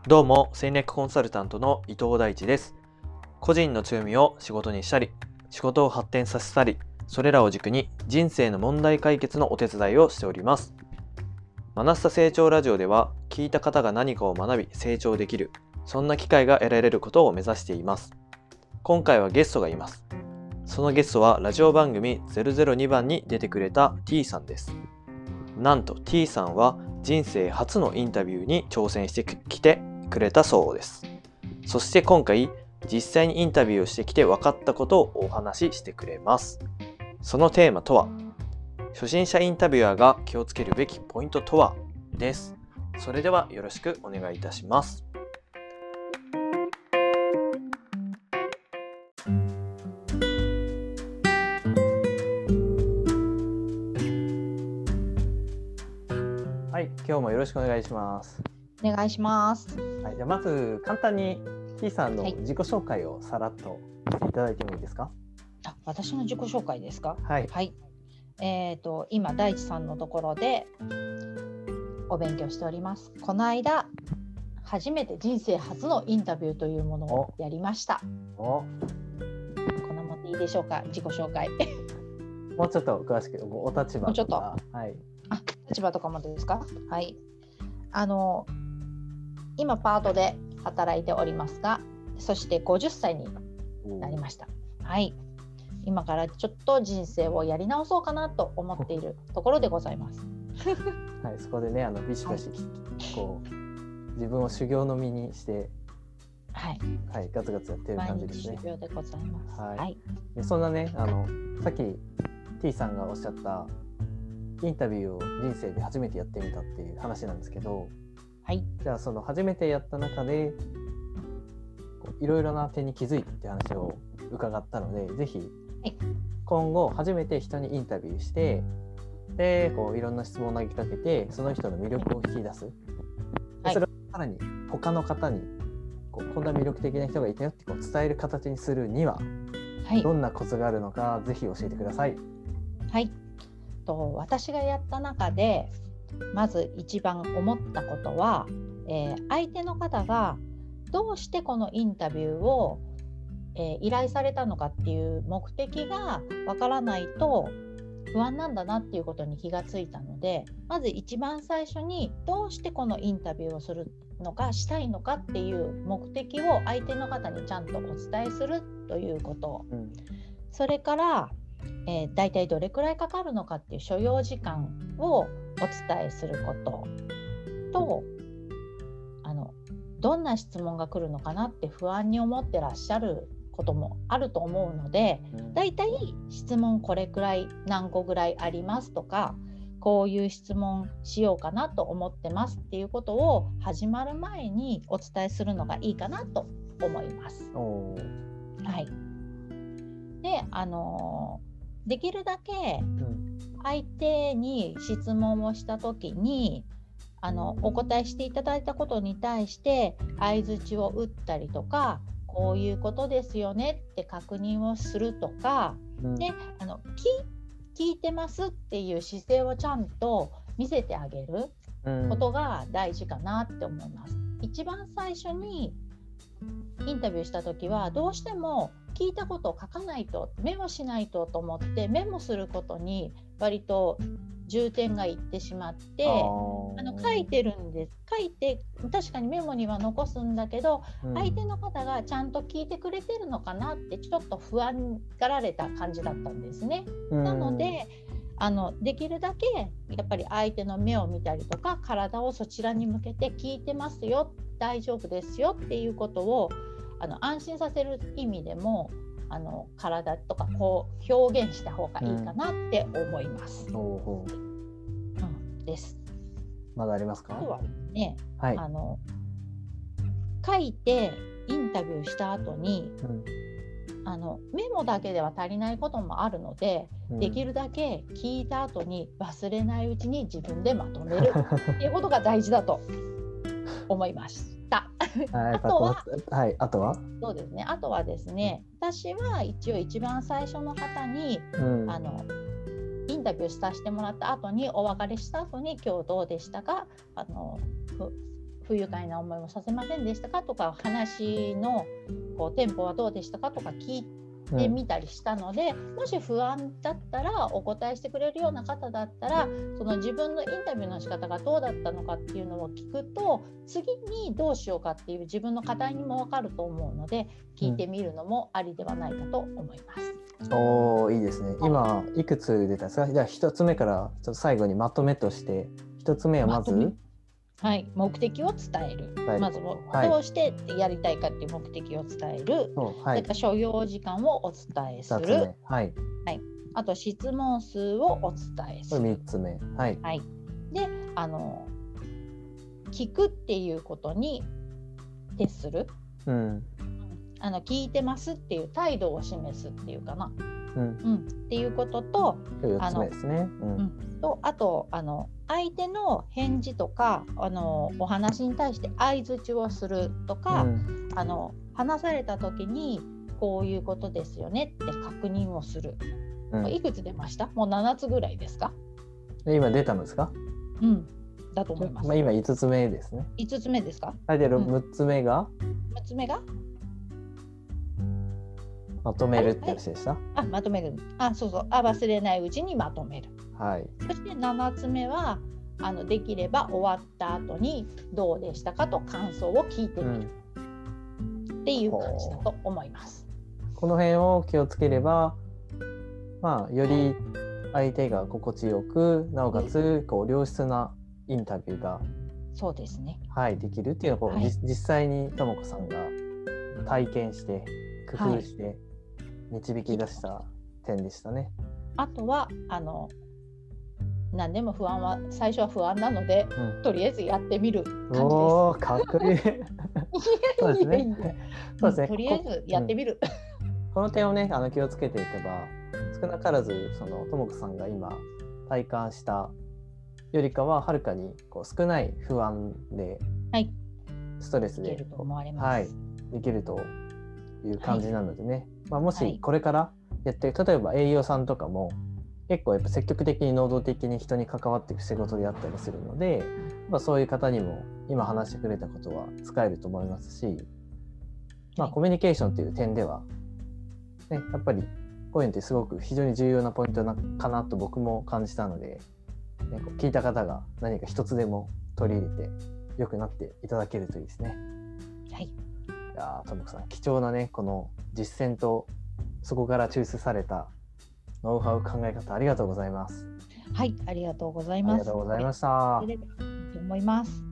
どうも、戦略コンサルタントの伊藤大地です。個人の強みを仕事にしたり、仕事を発展させたり、それらを軸に人生の問題解決のお手伝いをしております。マナスタ成長ラジオでは、聞いた方が何かを学び成長できる、そんな機会が得られることを目指しています。今回はゲストがいます。そのゲストはラジオ番組002番に出てくれた T さんです。なんと T さんは人生初のインタビューに挑戦してきてくれたそうです。そして今回実際にインタビューをしてきて分かったことをお話ししてくれます。そのテーマとは、初心者インタビュアーが気をつけるべきポイントとはです。それではよろしくお願いいたします。はい、今日もよろしくお願いします。 お願いします。 はい、じゃあまず簡単に T さんの自己紹介をさらっとしていただいてもいいですか？ 私の自己紹介ですか？ はい。 はい。今大地さんのところでお勉強しております。この間初めて人生初のインタビューというものをやりました。こんなもんでいいでしょうか？自己紹介。 もうちょっと詳しくお立場とか。 もうちょっと。 はい。 立場とかもですか？はい。今パートで働いておりますが、そして50歳になりました。はい。今からちょっと人生をやり直そうかなと思っているところでございます。 はい、そこでね、ビシバシ、こう自分を修行の身にして、はい、ガツガツやってる感じですね。 毎日修行でございます。 はい。 はい、 でそんなね、さっき T さんがおっしゃったインタビューを人生で初めてやってみたっていう話なんですけど、 はい。 じゃあその初めてやった中でいろいろな点に気づいたって話を伺ったので、ぜひ今後初めて人にインタビューして、でいろんな質問を投げかけてその人の魅力を引き出す、でそれをさらに他の方にこんな魅力的な人がいたよって伝える形にするには、どんなコツがあるのかぜひ教えてください。 はい。私がやった中でまず一番思ったことは、相手の方がどうしてこのインタビューを、依頼されたのかっていう目的がわからないと不安なんだなっていうことに気がついたので、まず一番最初にどうしてこのインタビューをするのかしたいのかっていう目的を相手の方にちゃんとお伝えするということ、それからだいたいどれくらいかかるのかっていう所要時間をお伝えすることと、どんな質問が来るのかなって不安に思ってらっしゃることもあると思うので、だいたい質問これくらい何個ぐらいありますとか、こういう質問しようかなと思ってますっていうことを始まる前にお伝えするのがいいかなと思います。はい。で、できるだけ相手に質問をしたときにお答えしていただいたことに対して相槌を打ったりとか、こういうことですよねって確認をするとか、で聞いてますっていう姿勢をちゃんと見せてあげることが大事かなって思います。一番最初にインタビューした時はどうしても聞いたことを書かないと、メモしないとと思ってメモすることに割と重点がいってしまって、書いてるんです。書いて確かにメモには残すんだけど、相手の方がちゃんと聞いてくれてるのかなってちょっと不安がられた感じだったんですね。なのでできるだけやっぱり相手の目を見たりとか体をそちらに向けて聞いてますよ、大丈夫ですよっていうことを安心させる意味でも体とか表現した方がいいかなって思います。です。 まだありますか？ あとはね、 はい、 書いてインタビューした後に、メモだけでは足りないこともあるので、できるだけ聞いた後に忘れないうちに自分でまとめるっていうことが大事だと思いました。あとはそうですね。あとはですね、私は一応一番最初の方に、インタビューさせてもらった後にお別れした後に今日どうでしたか、 不愉快な思いもさせませんでしたかとか、話のテンポはどうでしたかとか聞いてみたりしたので、もし不安だったらお答えしてくれるような方だったら、その自分のインタビューの仕方がどうだったのかっていうのを聞くと、次にどうしようかっていう自分の課題にも分かると思うので、聞いてみるのもありではないかと思います。 おー、いいですね。今いくつ出たんですか？じゃあ1つ目からちょっと最後にまとめとして、1つ目はまずはい、目的を伝える。まずどうしてやりたいかっていう目的を伝える。それから所要時間をお伝えする。はい。あと質問数をお伝えする。 これ3つ目。はい。 で、聞くっていうことに徹する。聞いてますっていう態度を示すっていうかな。っていうことと、 4つ目ですね。 あと相手の返事とかお話に対して相槌をするとか、話された時にこういうことですよねって確認をする。いくつ出ました？もう7つぐらいですか？ 今出たんですか？ だと思います。 今5つ目ですね。 5つ目ですか？ で6つ目がまとめるって話でした？ まとめる。そうそう。忘れないうちにまとめる。そして7つ目はできれば終わった後にどうでしたかと感想を聞いてみる、っていう感じだと思います。 この辺を気をつければ、より相手が心地よく、なおかつ良質なインタビューがそうですね。 できるっていうのを実際にともこさんが体験して工夫して導き出した点でしたね。 あとは何でも最初は不安なので、とりあえずやってみる感じです。 かっこいい。そうですね。 とりあえずやってみる。 この点をね気をつけていけば、少なからずともこさんが今体感したよりかははるかに少ない不安で、ストレスでできるという感じなのでね、もしこれからやって例えば営業さんとかも結構やっぱ積極的に能動的に人に関わっていく仕事であったりするので、そういう方にも今話してくれたことは使えると思いますし、コミュニケーションという点では、やっぱりこういうのってすごく非常に重要なポイントかなと僕も感じたので、聞いた方が何か一つでも取り入れて良くなっていただけるといいですね。いやともこさん、貴重なねこの実践とそこから抽出されたノウハウ考え方ありがとうございます。 ありがとうございます。 ありがとうございました。 と思います。